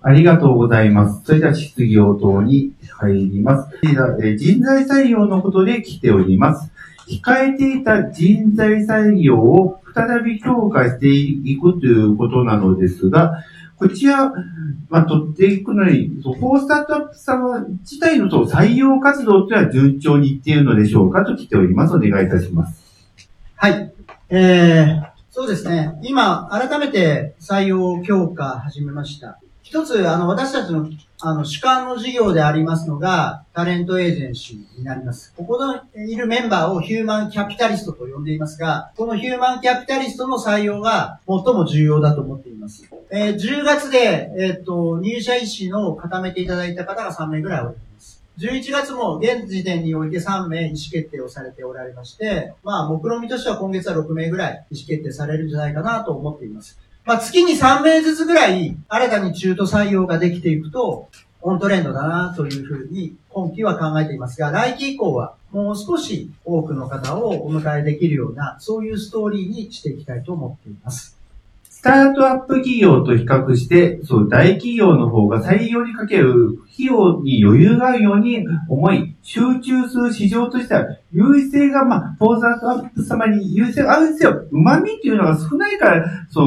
ありがとうございます。それでは質疑応答に入ります。人材採用のことで来ております。控えていた人材採用を再び強化していくということなのですが、こちら、取っていくのに、フォースタートアップ様自体の採用活動というのは順調にいっているのでしょうかと来ております。お願いいたします。 はい。そうですね。今、改めて採用強化始めました。一つ、私たちの、主幹の事業でありますのが、タレントエージェンシーになります。ここにいるメンバーをヒューマンキャピタリストと呼んでいますが、このヒューマンキャピタリストの採用が最も重要だと思っています。10月で、入社意思の固めていただいた方が3名ぐらいおります。11月も現時点において3名意思決定をされておられまして、目論見としては今月は6名ぐらい意思決定されるんじゃないかなと思っています。月に3名ずつぐらい新たに中途採用ができていくと、オントレンドだなというふうに今期は考えていますが、来期以降はもう少し多くの方をお迎えできるような、そういうストーリーにしていきたいと思っています。 スタートアップ企業と比較して、大企業の方が採用にかける費用に余裕があるように思い、集中する市場としては、優位性が、フォースタートアップ様に優位性があるんですよ。旨味っていうのが少ないから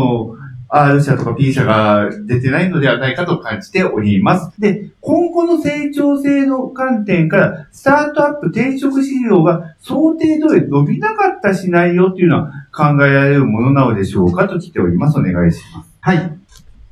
、R 社とか P 社が出てないのではないかと感じております。で、今後の成長性の観点から、スタートアップ転職市場が想定通り伸びなかったしないよというのは考えられるものなのでしょうかと来ております。お願いします。 はい。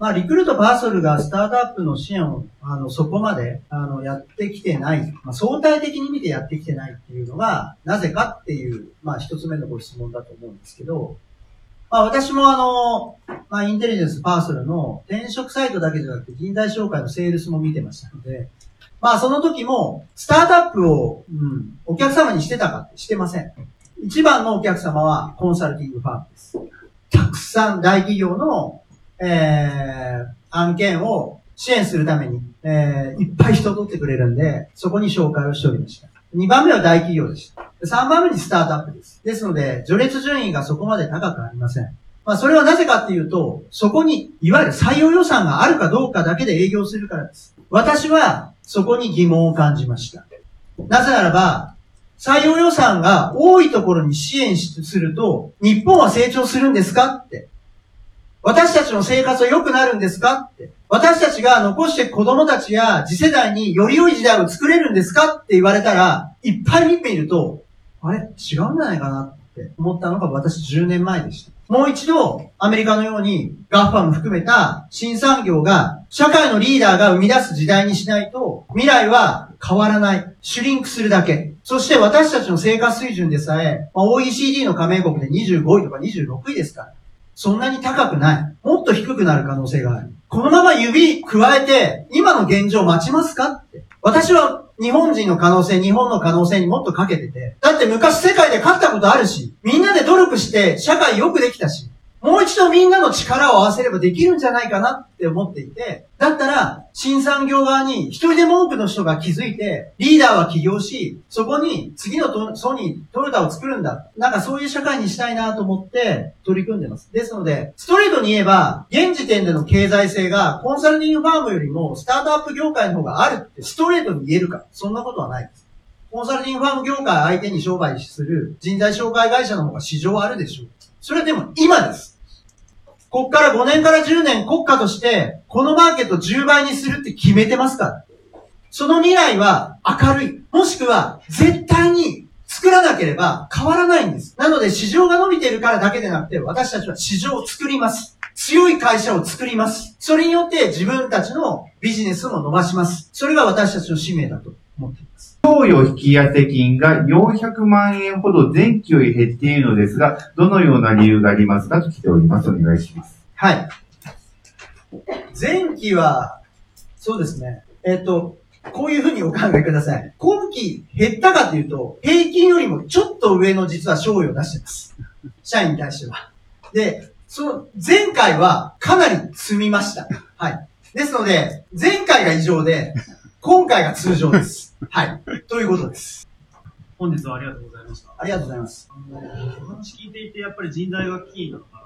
リクルートパーソルがスタートアップの支援を、そこまで、やってきてない、相対的に見てやってきてないっていうのが、なぜかっていう、一つ目のご質問だと思うんですけど、私もインテリジェンスパーソルの転職サイトだけじゃなくて人材紹介のセールスも見てましたので、その時もスタートアップを、お客様にしてたかってしてません。一番のお客様はコンサルティングファームです。たくさん大企業の、案件を支援するために、いっぱい人を取ってくれるんで、そこに紹介をしておりました。2番目は大企業でした。3番目にスタートアップです。ですので、序列順位がそこまで高くありません。それはなぜかっていうと、そこに、いわゆる採用予算があるかどうかだけで営業するからです。私は、そこに疑問を感じました。なぜならば、採用予算が多いところに支援すると、日本は成長するんですかって。私たちの生活は良くなるんですかって。私たちが残して子供たちや次世代により良い時代を作れるんですかって言われたら、いっぱい見てみると、あれ違うんじゃないかなって思ったのが私10年前でした。もう一度、アメリカのように GAFA も含めた新産業が社会のリーダーが生み出す時代にしないと、未来は変わらない。シュリンクするだけ。そして私たちの生活水準でさえ、OECD の加盟国で25位とか26位ですから。そんなに高くない。もっと低くなる可能性がある。このまま指加えて、今の現状を待ちますかって。私は日本人の可能性、日本の可能性にもっとかけてて。だって昔世界で勝ったことあるし、みんなで努力して社会よくできたし、もう一度みんなの力を合わせればできるんじゃないかなって思っていて、だったら、新産業側に一人でも多くの人が気づいて、リーダーは起業し、そこに次のソニー、トヨタを作るんだ。そういう社会にしたいなと思って取り組んでます。ですので、ストレートに言えば、現時点での経済性がコンサルティングファームよりもスタートアップ業界の方があるってストレートに言えるか。そんなことはないです。コンサルティングファーム業界相手に商売する人材紹介会社の方が市場あるでしょう。それはでも今です。こっから5年から10年国家として、このマーケット10倍にするって決めてますから。その未来は明るい。もしくは絶対に作らなければ変わらないんです。なので市場が伸びているからだけでなくて、私たちは市場を作ります。強い会社を作ります。それによって自分たちのビジネスも伸ばします。それが私たちの使命だと思っています。 贈与引当金が400万円ほど前期より減っているのですが、どのような理由がありますかと来ております。お願いします。 はい。前期は、そうですね。こういうふうにお考えください。今期減ったかというと、平均よりもちょっと上の実は賞与を出しています。社員に対しては。で、その前回はかなり積みました。はい。ですので、前回が異常で、今回が通常です。はい。ということです。 本日はありがとうございました。 ありがとうございます。 お話聞いていて、やっぱり人材がキーなのかな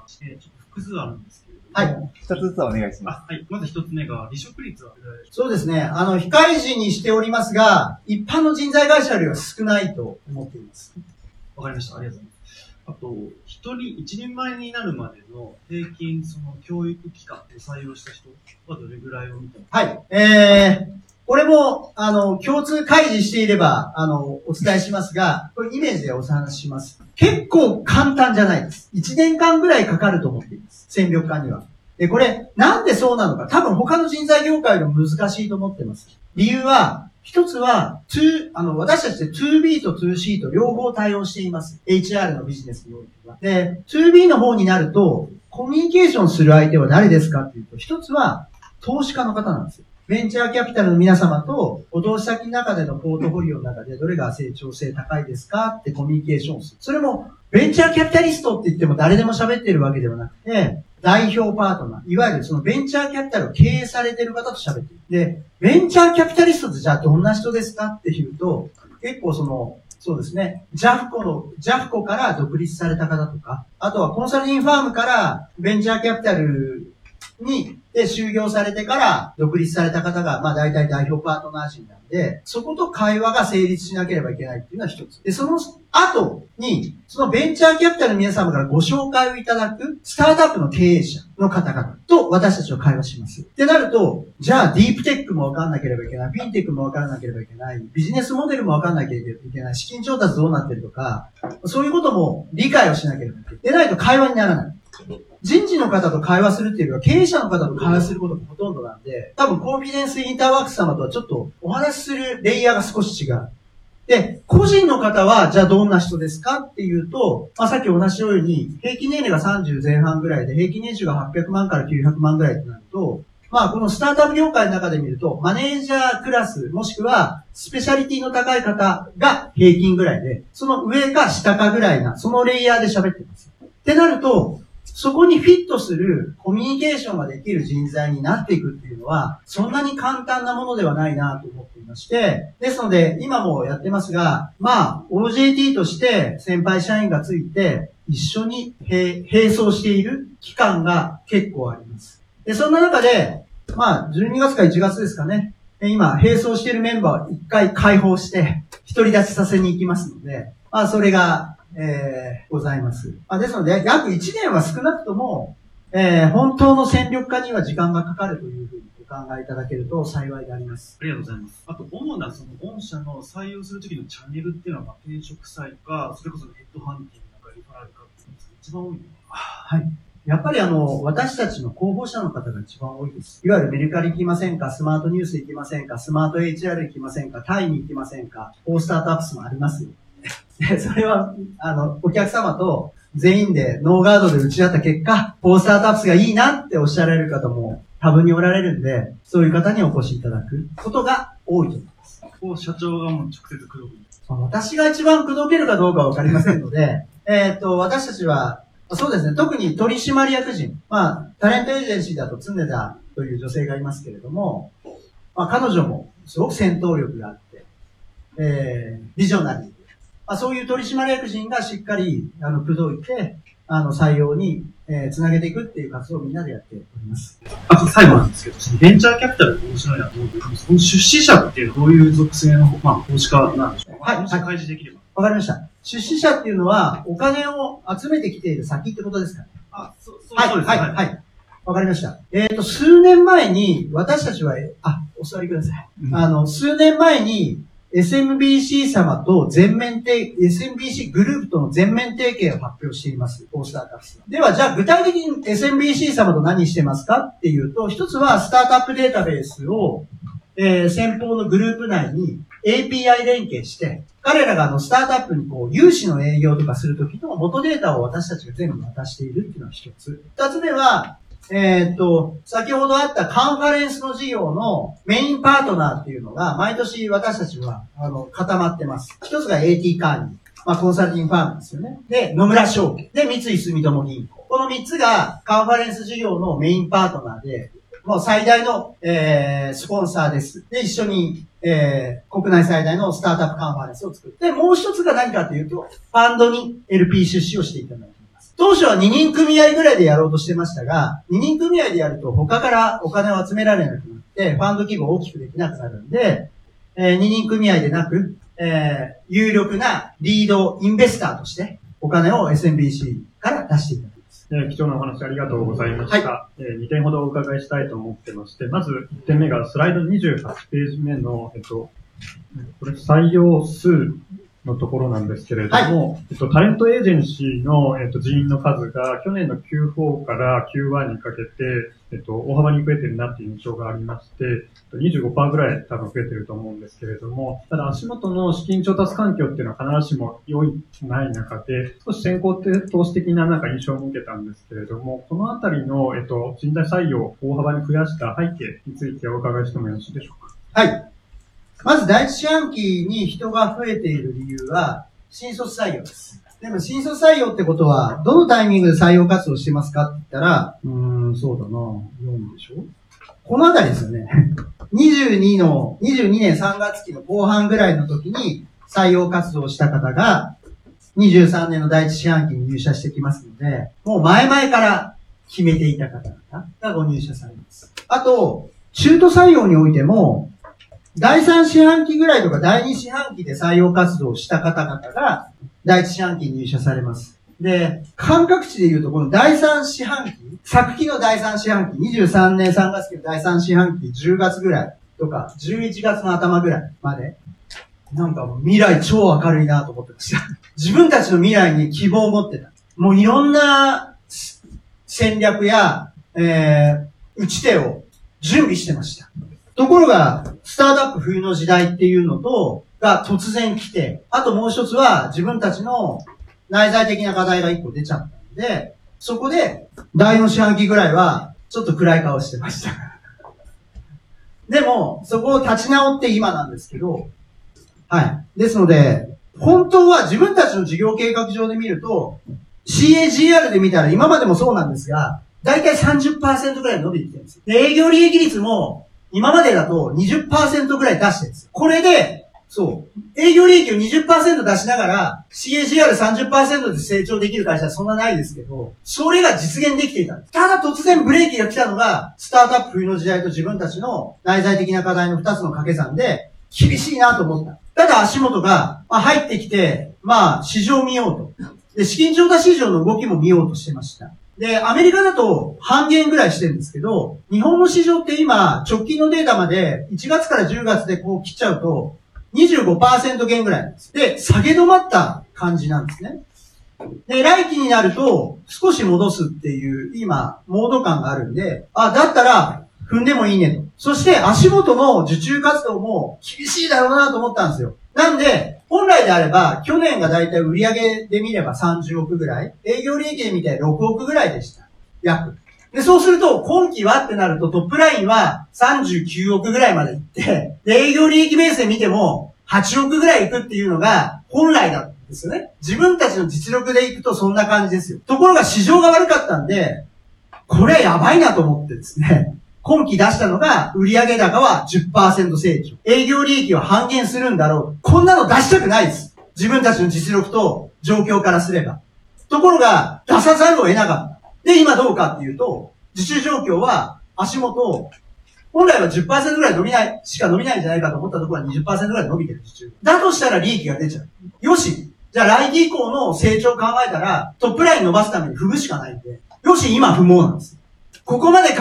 ちょっと複数あるんですけれども。 はい。 一つずつお願いします。 はい。まず一つ目が、離職率はそうですね。非開示にしておりますが、一般の人材会社よりは少ないと思っています。 わかりました。ありがとうございます。あと、一人前になるまでの平均、教育機関で採用した人はどれぐらいを見てますか？ はい。これも、共通開示していれば、お伝えしますが、これイメージでお話しします。結構簡単じゃないです。1年間ぐらいかかると思っています。戦力化には。で、これ、なんでそうなのか。多分他の人材業界でも難しいと思ってます。理由は、一つは、私たちで 2B と 2C と両方対応しています。HR のビジネスにおいては。で、2B の方になると、コミュニケーションする相手は誰ですかっていうと、一つは、投資家の方なんですよ。ベンチャーキャピタルの皆様と、お投資先の中でのポートフォリオの中でどれが成長性高いですかってコミュニケーションをする。それも、ベンチャーキャピタリストって言っても誰でも喋ってるわけではなくて、代表パートナー、いわゆるそのベンチャーキャピタルを経営されている方と喋っている。で、ベンチャーキャピタリストってじゃあどんな人ですかっていうと、結構そうですね、JAFCO から独立された方とか、あとはコンサルティングファームからベンチャーキャピタルで就業されてから独立された方が、大体代表パートナー陣なんで、そこと会話が成立しなければいけないっていうのは一つ。で、その後に、そのベンチャーキャピタルの皆様からご紹介をいただくスタートアップの経営者の方々と私たちは会話します。ってなると、じゃあディープテックもわかんなければいけない、フィンテックもわからなければいけない、ビジネスモデルもわかんなければいけない、資金調達どうなってるとか、そういうことも理解をしなければいけない。でないと会話にならない。人事の方と会話するっていうよりは、経営者の方と会話することがほとんどなんで、多分コンフィデンスインターワークス様とはちょっとお話しするレイヤーが少し違う。で、個人の方は、じゃあどんな人ですかっていうと、さっきお話ししたように、平均年齢が30前半ぐらいで、平均年収が800万から900万ぐらいとなると、このスタートアップ業界の中で見ると、マネージャークラス、もしくは、スペシャリティの高い方が平均ぐらいで、その上か下かぐらいな、そのレイヤーで喋ってます。ってなると、そこにフィットするコミュニケーションができる人材になっていくっていうのは、そんなに簡単なものではないなと思っていまして、ですので、今もやってますが、OJT として先輩社員がついて、一緒に並走している期間が結構あります。で、そんな中で、12月か1月ですかね、今、並走しているメンバーを一回解放して、独り立ちさせに行きますので、それが、ございます。ですので、約1年は少なくとも、本当の戦力化には時間がかかるというふうにお考えいただけると幸いであります。 ありがとうございます。あと、主な御社の採用するときのチャンネルっていうのは、転職サイトか、それこそヘッドハンティングかリファラルかっていうのが一番多いのは？ はい。やっぱり私たちの候補者の方が一番多いです。いわゆるメルカリ行きませんか、スマートニュース行きませんか、スマート HR 行きませんか、タイに行きませんか、フォースタートアップスもありますよ。それは、お客様と全員でノーガードで打ち合った結果、フォースタートアップスがいいなっておっしゃられる方も多分におられるんで、そういう方にお越しいただくことが多いと思います。 社長がもう直接口説く。 私が一番口説けるかどうかわかりませんので、私たちは、そうですね、特に取締役人、タレントエージェンシーだと常田という女性がいますけれども、彼女もすごく戦闘力があって、ビジョナリー。そういう取締役人がしっかり、口説いて、採用に、つなげていくっていう活動をみんなでやっております。 あと最後なんですけど、ベンチャーキャピタルって面白いなと思うんですけど、その出資者っていうのはどういう属性の、投資家なんでしょうか？はい。開示できれば。 わかりました。出資者っていうのは、お金を集めてきている先ってことですかね？ そうです。 はい。わかりました。数年前に、私たちは、お座りください。数年前に、SMBC 様とSMBC グループとの全面提携を発表しています。フォースタートアップス。では、じゃあ具体的に SMBC 様と何してますかっていうと、一つはスタートアップデータベースを、先方のグループ内に API 連携して、彼らがスタートアップに融資の営業とかするときの元データを私たちが全部渡しているっていうのが一つ。二つ目は、先ほどあったカンファレンスの事業のメインパートナーっていうのが、毎年私たちは、固まってます。一つが AT カーニー。コンサルティングファームですよね。で、野村証券。で、三井住友銀行。この三つがカンファレンス事業のメインパートナーで、もう最大の、スポンサーです。で、一緒に、国内最大のスタートアップカンファレンスを作って、もう一つが何かというと、ファンドに LP 出資をしていただいています。 当初は2人組合ぐらいでやろうとしてましたが、2人組合でやると他からお金を集められなくなって、ファンド規模を大きくできなくなるんで、2人組合でなく、有力なリードインベスターとしてお金を SMBC から出していただきます。 貴重なお話ありがとうございました。はい、2点ほどお伺いしたいと思ってまして、まず1点目がスライド28ページ目の、これ採用数のところなんですけれども、はい、タレントエージェンシーの、人員の数が去年の Q4 から Q1 にかけて、大幅に増えてるなっていう印象がありまして、25% ぐらい多分増えてると思うんですけれども、ただ足元の資金調達環境っていうのは必ずしも良いない中で、少し先行投資的な印象を受けたんですけれども、このあたりの、人材採用を大幅に増やした背景についてお伺いしてもよろしいでしょうか。 はい。まず第一四半期に人が増えている理由は、新卒採用です。でも新卒採用ってことは、どのタイミングで採用活動してますかって言ったら、そうだな、4でしょ？このあたりですよね。22年3月期の後半ぐらいの時に採用活動した方が、23年の第一四半期に入社してきますので、もう前々から決めていた方々がご入社されます。あと、中途採用においても、第3四半期ぐらいとか第2四半期で採用活動をした方々が第1四半期に入社されます。で、感覚値で言うとこの第3四半期、昨期の第3四半期、23年3月期の第3四半期10月ぐらいとか11月の頭ぐらいまで、なんかもう未来超明るいなと思ってました。自分たちの未来に希望を持ってた。もういろんな戦略や、打ち手を準備してました。ところが、スタートアップ冬の時代っていうのが突然来て、あともう一つは自分たちの内在的な課題が一個出ちゃったんで、そこで第4四半期ぐらいはちょっと暗い顔してました。でも、そこを立ち直って今なんですけど、はい。ですので、本当は自分たちの事業計画上で見ると、CAGR で見たら今までもそうなんですが、だいたい 30% ぐらい伸びてきてるんですよ。で、営業利益率も今までだと 20% ぐらい出してるんですよ。これで、そう、営業利益を 20% 出しながら CAGR30% で成長できる会社はそんなないですけど、それが実現できていたんです。ただ突然ブレーキが来たのが、スタートアップ冬の時代と自分たちの内在的な課題の2つの掛け算で、厳しいなと思った。ただ足元が入ってきて、市場を見ようと。で、資金調達市場の動きも見ようとしてました。で、アメリカだと半減ぐらいしてるんですけど、日本の市場って今、直近のデータまで1月から10月でこう切っちゃうと、25% 減ぐらいなんです。で、下げ止まった感じなんですね。で、来期になると少し戻すっていう今、モード感があるんで、だったら踏んでもいいねと。そして足元の受注活動も厳しいだろうなと思ったんですよ。なんで、本来であれば、去年がだいたい売上で見れば30億ぐらい、営業利益で見て6億ぐらいでした。約。で、そうすると、今期はってなると、トップラインは39億ぐらいまでいって、で、営業利益ベースで見ても8億ぐらいいくっていうのが本来なんですよね。自分たちの実力でいくとそんな感じですよ。ところが市場が悪かったんで、これやばいなと思ってですね。今期出したのが、売上高は 10% 成長。営業利益は半減するんだろう。こんなの出したくないです。自分たちの実力と状況からすれば。ところが、出さざるを得なかった。で、今どうかっていうと、受注状況は足元、本来は 10% ぐらいしか伸びないんじゃないかと思ったところは 20% ぐらい伸びてる受注。だとしたら利益が出ちゃう。よし。じゃあ来期以降の成長を考えたら、トップライン伸ばすために踏むしかないんで。よし、今踏もうなんです。ここまで、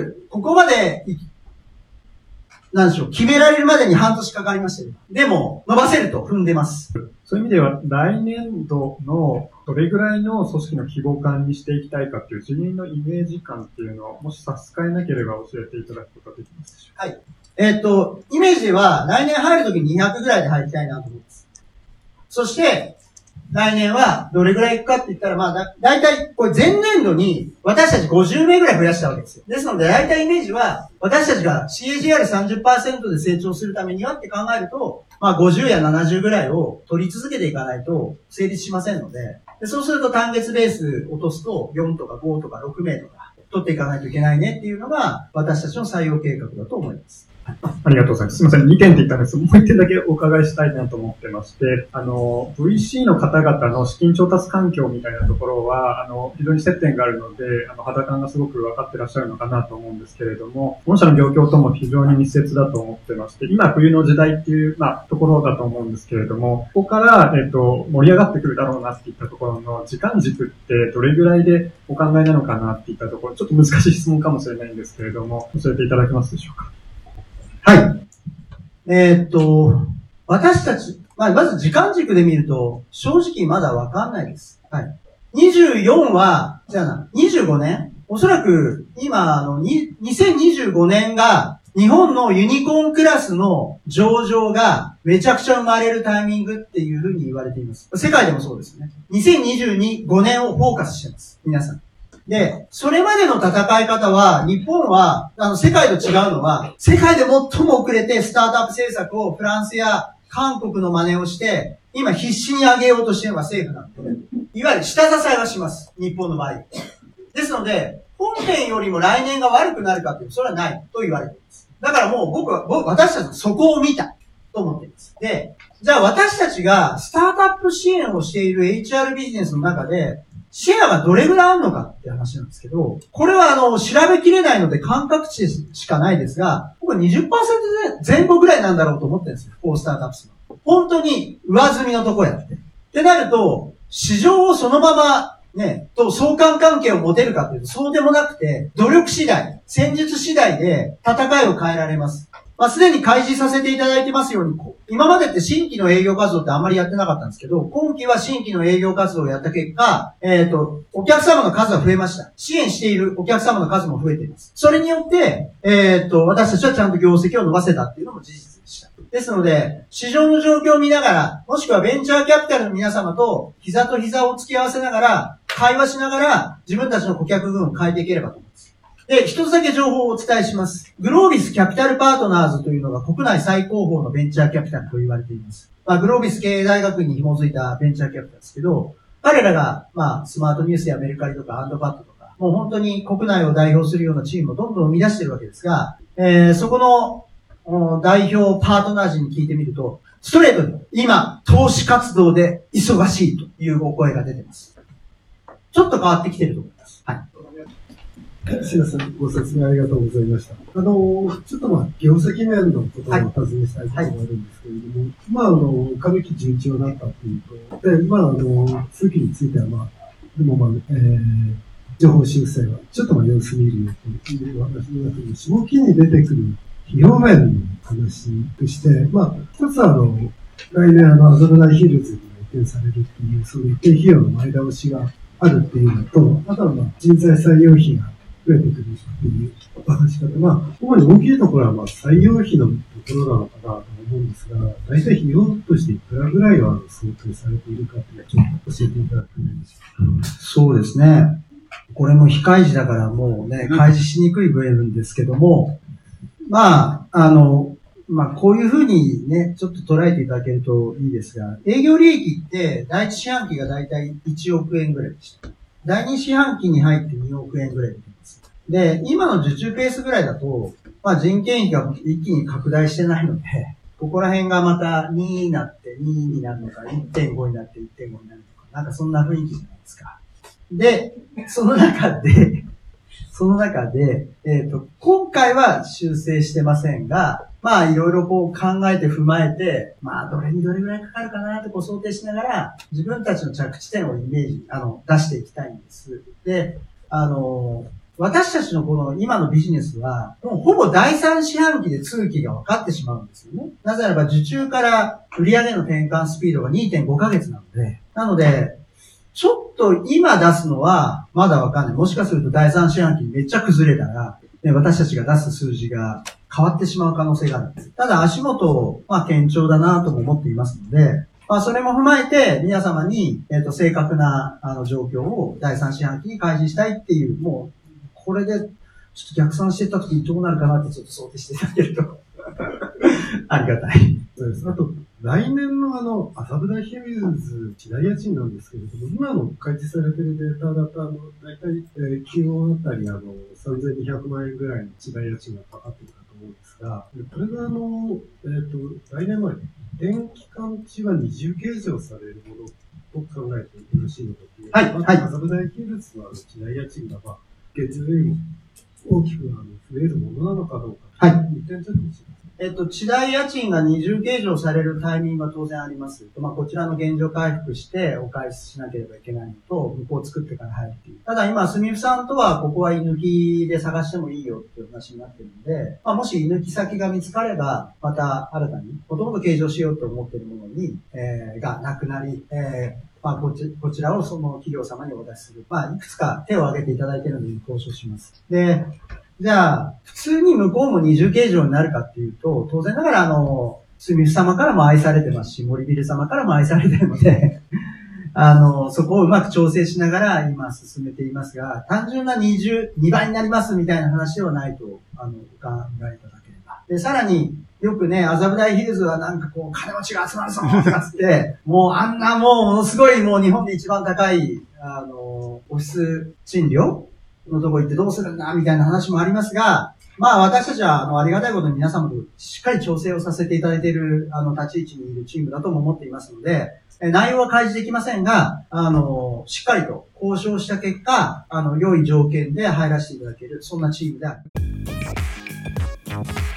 なんでしょう、決められるまでに半年かかりましたよ。でも、伸ばせると踏んでます。 そういう意味では、来年度のどれぐらいの組織の規模感にしていきたいかっていう人員のイメージ感っていうのを、もし差し支えなければ教えていただくことができますでしょうか。 はい。イメージでは、来年入るときに200ぐらいで入りたいなと思います。そして、来年はどれぐらいいくかって言ったら、だいたいこれ前年度に私たち50名ぐらい増やしたわけですよ。ですので、だいたいイメージは、私たちが CAGR30% で成長するためにはって考えると、50や70ぐらいを取り続けていかないと成立しませんので、そうすると単月ベース落とすと4とか5とか6名とか取っていかないといけないねっていうのが私たちの採用計画だと思います。 ありがとうございます。すみません。2点って言ったんですが、もう1点だけお伺いしたいなと思ってまして、VC の方々の資金調達環境みたいなところは、非常に接点があるので、肌感がすごく分かってらっしゃるのかなと思うんですけれども、御社の状況とも非常に密接だと思ってまして、今冬の時代っていう、ところだと思うんですけれども、ここから、盛り上がってくるだろうなっていったところの時間軸ってどれぐらいでお考えなのかなっていったところ、ちょっと難しい質問かもしれないんですけれども、教えていただけますでしょうか。 はい。私たち、まず時間軸で見ると、正直まだわかんないです。はい。24は、25年おそらく、今、2025年が、日本のユニコーンクラスの上場がめちゃくちゃ生まれるタイミングっていうふうに言われています。世界でもそうですね。2025年をフォーカスしてます。皆さん。で、それまでの戦い方は、日本は、世界と違うのは、世界で最も遅れてスタートアップ政策をフランスや韓国の真似をして、今必死に上げようとしているのが政府なので、いわゆる下支えはします。日本の場合。ですので、本年よりも来年が悪くなるかというと、それはないと言われています。だからもう私たちはそこを見たと思っています。で、じゃあ私たちがスタートアップ支援をしている HR ビジネスの中で、シェアがどれぐらいあるのかって話なんですけど、これは調べきれないので感覚値しかないですが、僕は 20% 前後ぐらいなんだろうと思ってるんですよ。こうスタートアップするの。本当に上積みのとこやって。ってなると、市場をそのままと相関関係を持てるかっていうと、そうでもなくて、努力次第、戦術次第で戦いを変えられます。すでに開示させていただいてますように、今までって新規の営業活動ってあんまりやってなかったんですけど、今期は新規の営業活動をやった結果、お客様の数は増えました。支援しているお客様の数も増えています。それによって、私たちはちゃんと業績を伸ばせたっていうのも事実でした。ですので、市場の状況を見ながら、もしくはベンチャーキャピタルの皆様と膝と膝を突き合わせながら、会話しながら自分たちの顧客群を変えていければと思います。で、一つだけ情報をお伝えします。グロービスキャピタルパートナーズというのが国内最高峰のベンチャーキャピタルと言われています。グロービス経営大学に紐づいたベンチャーキャピタルですけど、彼らが、スマートニュースやメルカリとかアンドパッドとか、もう本当に国内を代表するようなチームをどんどん生み出しているわけですが、そこの代表パートナー陣に聞いてみると、ストレートに今、投資活動で忙しいというお声が出ています。ちょっと変わってきていると思います。はい。 すみません。ご説明ありがとうございました。ちょっと業績面のことをお尋ねしたいことがあるんですけれども、上期順調だったというと、で、通期については、でも情報修正は、ちょっと様子見るよという話の中で、下期に出てくる費用面の話として、一つは来年アドルナイヒルズに移転されるっていう、その一定費用の前倒しがあるっていうのと、あとは人材採用費が増えてくるっていうお話し方。主に大きいところは採用費のところなのかなと思うんですが、大体費用としていくらぐらいは想定されているかっていうのをちょっと教えていただけないでしょうか。 そうですね。これも非開示だからもうね、開示しにくい部分ですけども、こういうふうにね、ちょっと捉えていただけるといいですが、営業利益って第一四半期がだいたい1億円ぐらいでした。第二四半期に入って2億円ぐらい出てます。で、今の受注ペースぐらいだと、人件費が一気に拡大してないので、ここら辺がまた2になって2になるのか、1.5 になって 1.5 になるのか、なんかそんな雰囲気じゃないですか。で、その中で、今回は修正してませんが、いろいろ考えて踏まえて、どれにどれぐらいかかるかなと想定しながら、自分たちの着地点をイメージ、出していきたいんです。で、私たちのこの今のビジネスは、もうほぼ第三四半期で通期が分かってしまうんですよね。なぜならば受注から売上の転換スピードが 2.5 ヶ月なので、ちょっと今出すのはまだわかんない。もしかすると第三四半期にめっちゃ崩れたら、私たちが出す数字が変わってしまう可能性があるんです。ただ足元、堅調だなとも思っていますので、それも踏まえて皆様に、正確な状況を第三四半期に開示したいっていう、もう、これでちょっと逆算していった時にどうなるかなってちょっと想定していただけるとありがたい。 そうです。あと、来年の麻布台ヒルズ地代家賃なんですけれども、今の開示されているデータだと、だいたい9あたり3200万円ぐらいの地代家賃がかかっているかと思うんですが、これが来年まで電気感知は二重計上されるものと考えてよろしいのかという。 はい、はい。 麻布台系列の地内家賃が、現状よりも大きく増えるものなのかどうか。 はい。 一点ちょっと教えて。 地代家賃が二重計上されるタイミングは当然あります。こちらの現状回復してお返ししなければいけないのと、向こうを作ってから入るっていう。ただ今、住みさんとは、ここは居抜きで探してもいいよっていう話になってるので、もし居抜き先が見つかれば、また新たに、もともと計上しようと思っているものに、がなくなり、こちらをその企業様にお出しする。いくつか手を挙げていただいているので交渉します。で、じゃあ、普通に向こうも二重計上になるかっていうと、当然ながら住み様からも愛されてますし、森ビル様からも愛されてるので、そこをうまく調整しながら今進めていますが、単純な2倍になりますみたいな話ではないと、お考えいただければ。で、さらに、よくね、麻布台ヒルズはなんかこう、金持ちが集まるぞとかつって、もうあんなものすごいもう日本で一番高い、オフィス賃料のとこ行ってどうするんだみたいな話もありますが、私たちはありがたいことに皆様としっかり調整をさせていただいている立ち位置にいるチームだとも思っていますので、内容は開示できませんが、しっかりと交渉した結果、良い条件で入らせていただける、そんなチームである。